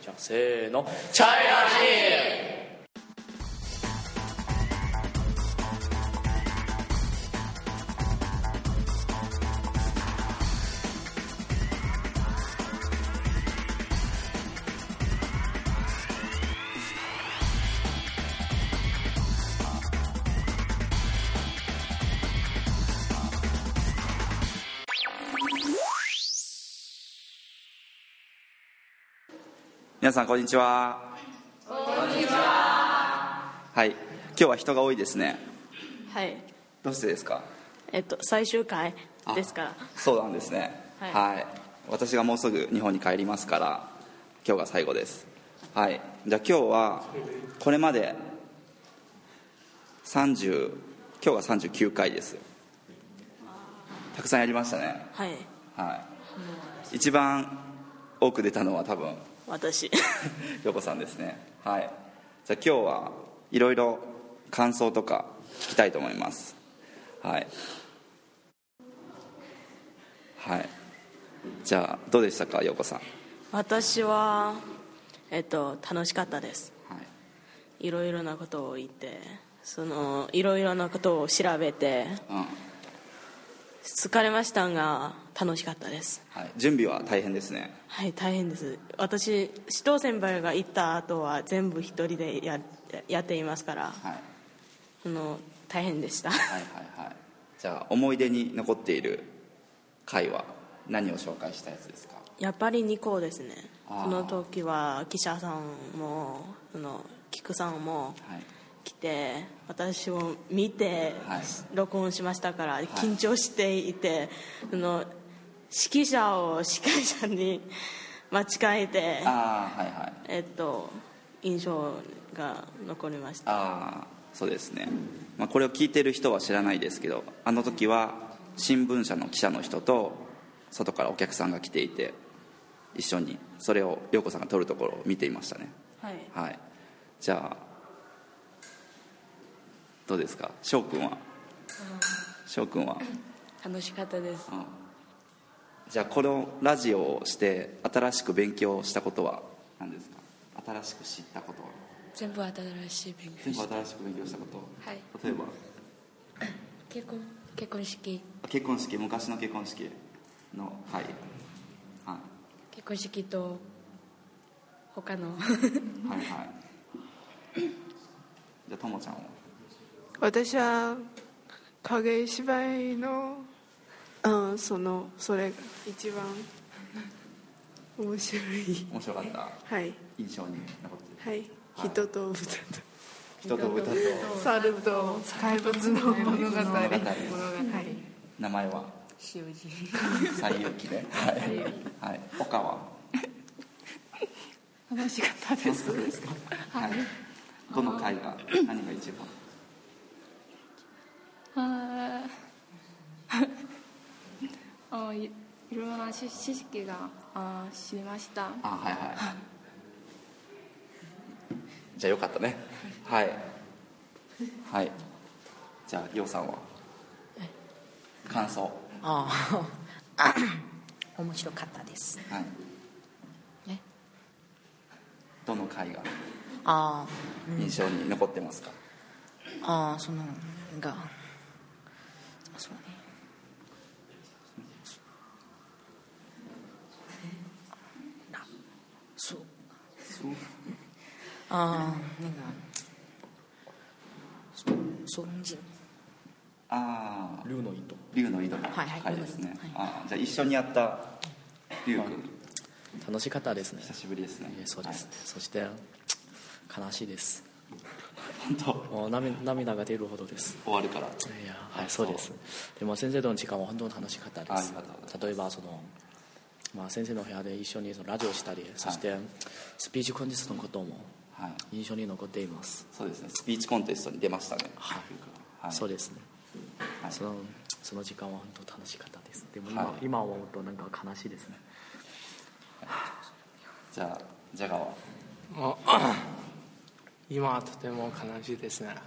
じゃあせーの、チャイラジ。 皆さんこんにちは。 こんにちは。 はい、今日は人が多いですね。 はい。 どうしてですか？ 最終回ですから。 そうなんですね。はい、私がもうすぐ日本に帰りますから今日が最後です。はい、じゃあ今日はこれまで今日が39回です。たくさんやりましたね。 はい。 はい、一番多く出たのは多分私陽子さんですね。はい、じゃあ今日はいろいろ感想とか聞きたいと思います。はい、はい、じゃあどうでしたか陽子さん。 私は楽しかったです。 はい、 いろいろなことを言って、いろいろなことを調べて、疲れましたが楽しかったです。 はい、準備は大変ですね。 はい、大変です。私、紫藤先輩が行った後は全部一人でやっていますから、 はい、 大変でした。 はいはいはい。じゃあ思い出に残っている回は何を紹介したやつですか？ やっぱり2校ですね。その時は記者さんも菊さんも来て、私を見て録音しましたから、緊張していて、指揮者を司会者に間違えて、はいはい、印象が残りました。 そうですね、これを聞いてる人は知らないですけど、あの時は新聞社の記者の人と外からお客さんが来ていて、一緒にそれを陽子さんが撮るところを見ていましたね。 はい、 はい、じゃあどうですか翔くんは？翔くんは？ 楽しかったです。 じゃあこのラジオをして新しく勉強したことは何ですか？新しく知ったことは？ 全部新しい勉強した。 全部新しく勉強したこと、 はい、 例えば結婚式、 昔の結婚式の、はい、 結婚式と他のはいはいじゃあともちゃんは？ 私は影芝居のそれが一番面白かった。 はい、 印象に残ってる。 はい、人と豚と猿と怪物の物語。 名前は西遊記。 西遊記ね。はい、他は？ 楽しかったです。 はい、どの回が何が一番？ いろいろな知識が知りました。 はいはい。じゃあよかったね。はいはい。じゃあ陽さんは感想？ 面白かったです。 はい。どの回が印象に残ってますか？ そうね。 竜の井戸の回ですね。じゃあ一緒にやった竜君、 楽しかったですね。 久しぶりですね。 そうですね。そして悲しいです。 本当？ もう涙が出るほどです。 終わるから。 はい、そうです。でも先生との時間は本当に楽しかったです。例えば先生の部屋で一緒にラジオしたり、そしてスピーチコンテストのことも印象に残っています。 そうですね。スピーチコンテストに出ましたね。 はい、そうですね。その時間は本当楽しかったです。でも今思うとなんか悲しいですね。 じゃあジャガは？ 今はとても悲しいですね。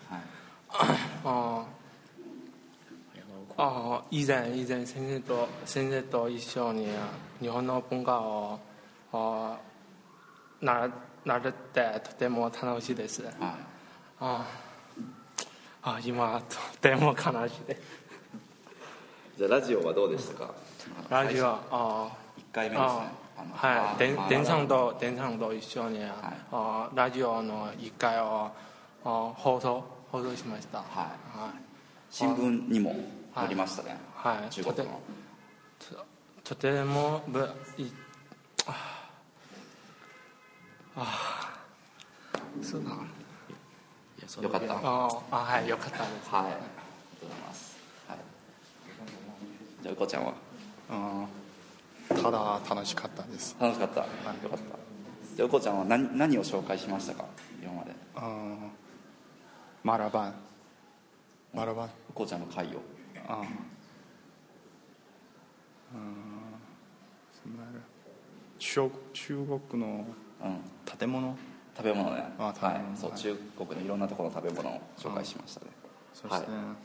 以前先生と一緒に日本の文化をなれてとても楽しいです、今とても悲しいです。 じゃあラジオはどうでしたか？ ラジオ 1回目ですね。 はい、電さんと一緒に、ラジオの1回を放送しました。 新聞にも載りましたね、中国の。 とてもそうだ。 よかった。 はい、よかったです。 はい、ありがとうございます。じゃあうこちゃんは？ ただ楽しかったです。 楽しかった。よかった。じゃあうこちゃんは何を紹介しましたか？今まで。 マラバン。うこちゃんの回を。 中国の建物。 食べ物ね。そう、中国のいろんなところの食べ物を紹介しましたね。 そして、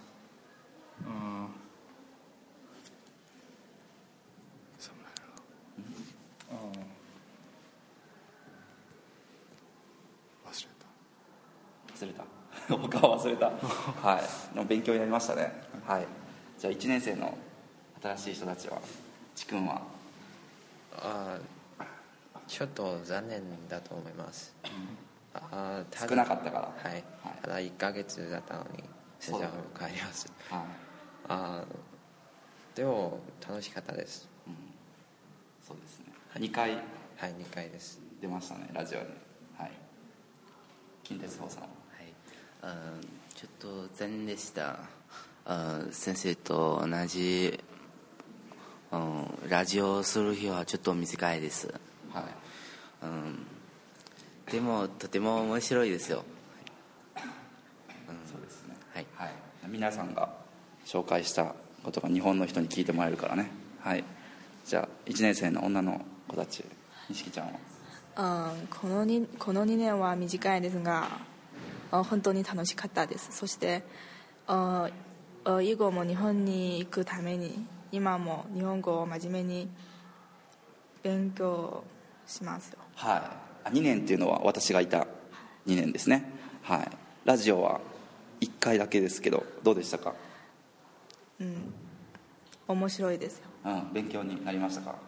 忘れた他は忘れたはい勉強になりましたね。はいじゃあ1年生の新しい人たちはちくんは？ ちょっと残念だと思います、 少なかったから。 はい、ただ1ヶ月だったのに先生は帰ります、でも楽しかったです、 そうですね。2回はい2回です出ましたねラジオに。近鉄法さんは？ ちょっと残念でした。先生と同じ、ラジオをする日はちょっと短いです、でもとても面白いですよ、 そうですね、皆さんが紹介したことが日本の人に聞いてもらえるからね。じゃあ1年生の女の子たち、錦ちゃんは？ この2年は短いですが本当に楽しかったです。そして以後も日本に行くために今も日本語を真面目に勉強しますよ。 2年っていうのは私がいた2年ですね。ラジオは1回だけですけどどうでしたか？ 面白いですよ。 勉強になりましたか？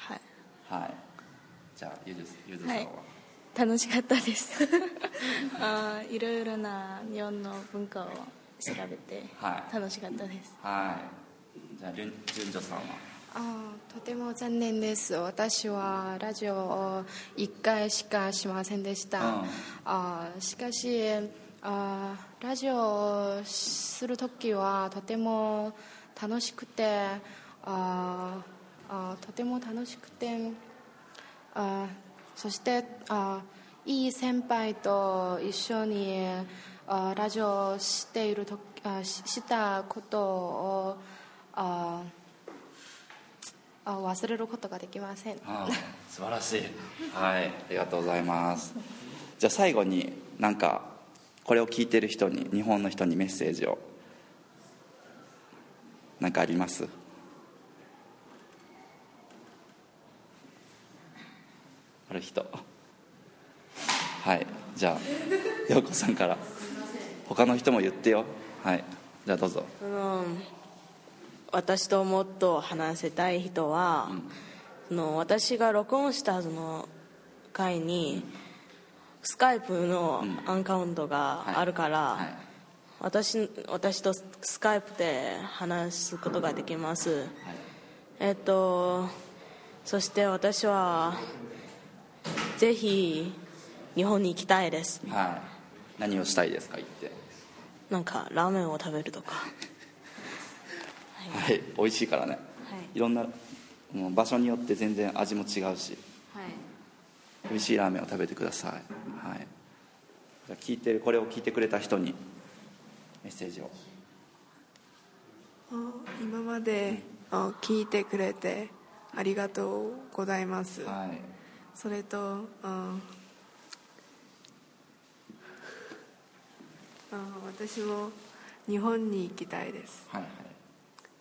じゃあゆずさんは？ 楽しかったですいろいろな日本の文化を調べて楽しかったです、 じゃあ純女さんは？ とても残念です。私はラジオを1回しかしませんでした、しかしラジオをするときはとても楽しくてそしていい先輩と一緒にラジオをしたことを忘れることができません。 素晴らしい。ありがとうございます。じゃあ最後になんかこれを聞いてる人に、日本の人にメッセージをなんかあります？ある人？じゃあ陽子さんから。他の人も言ってよ。じゃあどうぞ。 私ともっと話せたい人は、私が録音したその回にスカイプのアカウントがあるから、私とスカイプで話すことができます、そして私はぜひ日本に行きたいです、 何をしたいですか？行ってなんかラーメンを食べるとか美味しいからね、いろんな場所によって全然味も違うし、美味しいラーメンを食べてください。じゃあこれを聞いてくれた人にメッセージを。 今まで聞いてくれてありがとうございます、それと私も日本に行きたいです、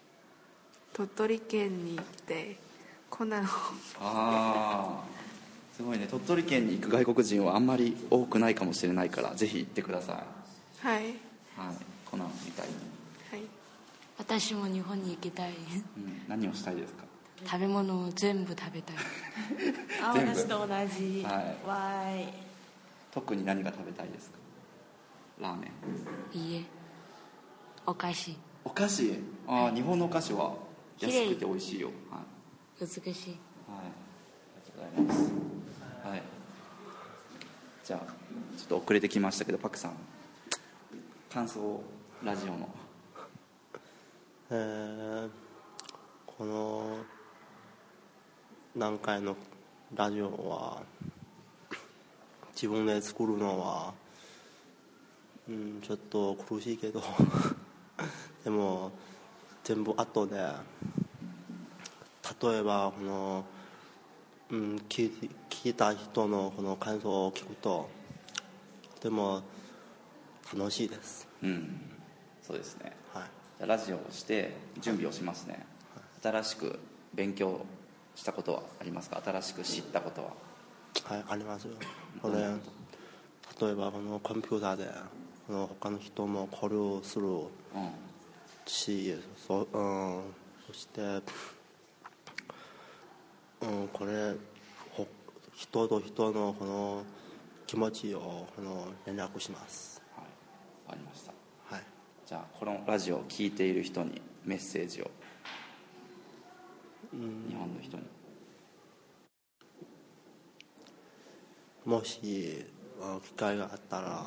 鳥取県に行ってコナンを素すごいね。鳥取県に行く外国人はあんまり多くないかもしれないから、ぜひ行ってください。 はい、 はい、コナンみたいに。 はい、 私も日本に行きたい、 何をしたいですか？ 食べ物を全部食べたい私と同じ、 わーい。特に何が食べたいですか？ラーメン？いいえ、お菓子。 お菓子？日本のお菓子は安くて美味しいよ。 美しい。 はい、ありがとうございます。はい、じゃあちょっと遅れてきましたけど、パクさん感想、ラジオの。 この何回のラジオは自分で作るのは、ちょっと苦しいけどでも全部後で、例えばこの、聞いた人のこの感想を聞くととても楽しいです。 そうですね。 はい、 じゃあラジオをして準備をしますね。新しく勉強したことはありますか？新しく知ったことは。 はい、ありますよ。これ、例えばこのコンピューターでこの他の人も交流するし、そしてこれ人と人のこの気持ちをこの連絡します。 はい、わかりました。 はい、 じゃあこのラジオを聞いている人にメッセージを、日本の人に。 もし機会があったら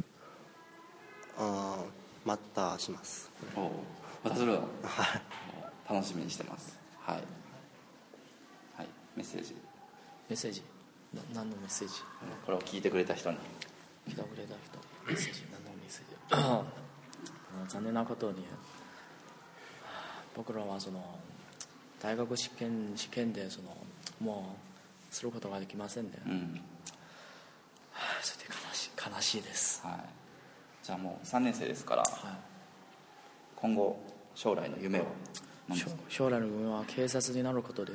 またします。 またするの？はい、楽しみにしてます。はい、はい、メッセージ。 メッセージ？何のメッセージ？ これを聞いてくれた人に。 聞いてくれた人にメッセージ。何のメッセージ？残念なことに僕らはその大学試験でそのもうすることができませんね。それで悲しいです。 はい、じゃあもう3年生ですから、今後将来の夢は何ですか？ 将来の夢は警察になることです。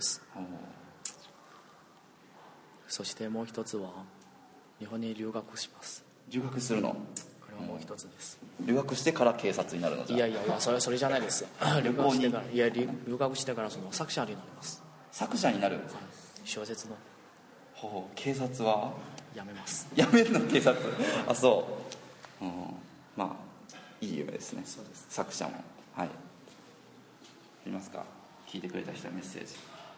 そしてもう一つは日本に留学します。 留学するの？ これはもう一つです。 留学してから警察になるの？ いやそれじゃないです。留学してからその作者になります。 作者になる？ 小説の。 警察はやめます。 やめるの？警察？あ、そう。まあいい夢ですね。 そうです。 作者も。はい、ありますか？聞いてくれた人はメッセージ。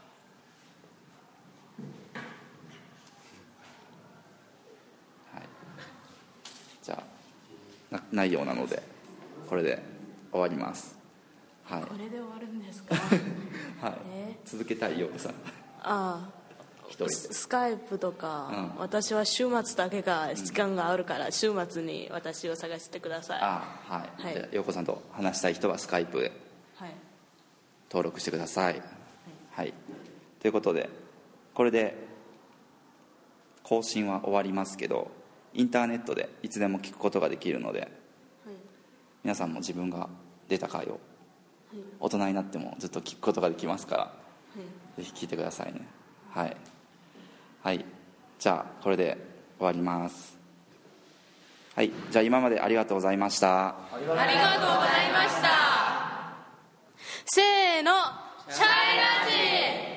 はい、じゃあないようなのでこれで終わります。はい、 これで終わるんですか？ はい、続けたいようさん。 スカイプとか、私は週末だけが時間があるから、週末に私を探してください。 はい、じゃあ陽子さんと話したい人はスカイプで登録してください。はい、ということでこれで更新は終わりますけど、インターネットでいつでも聞くことができるので、皆さんも自分が出た回を大人になってもずっと聞くことができますから、ぜひ聞いてくださいね。はい、はい、じゃあこれで終わります。はい、じゃあ今までありがとうございました。 ありがとうございました。せーの、チャイラジー。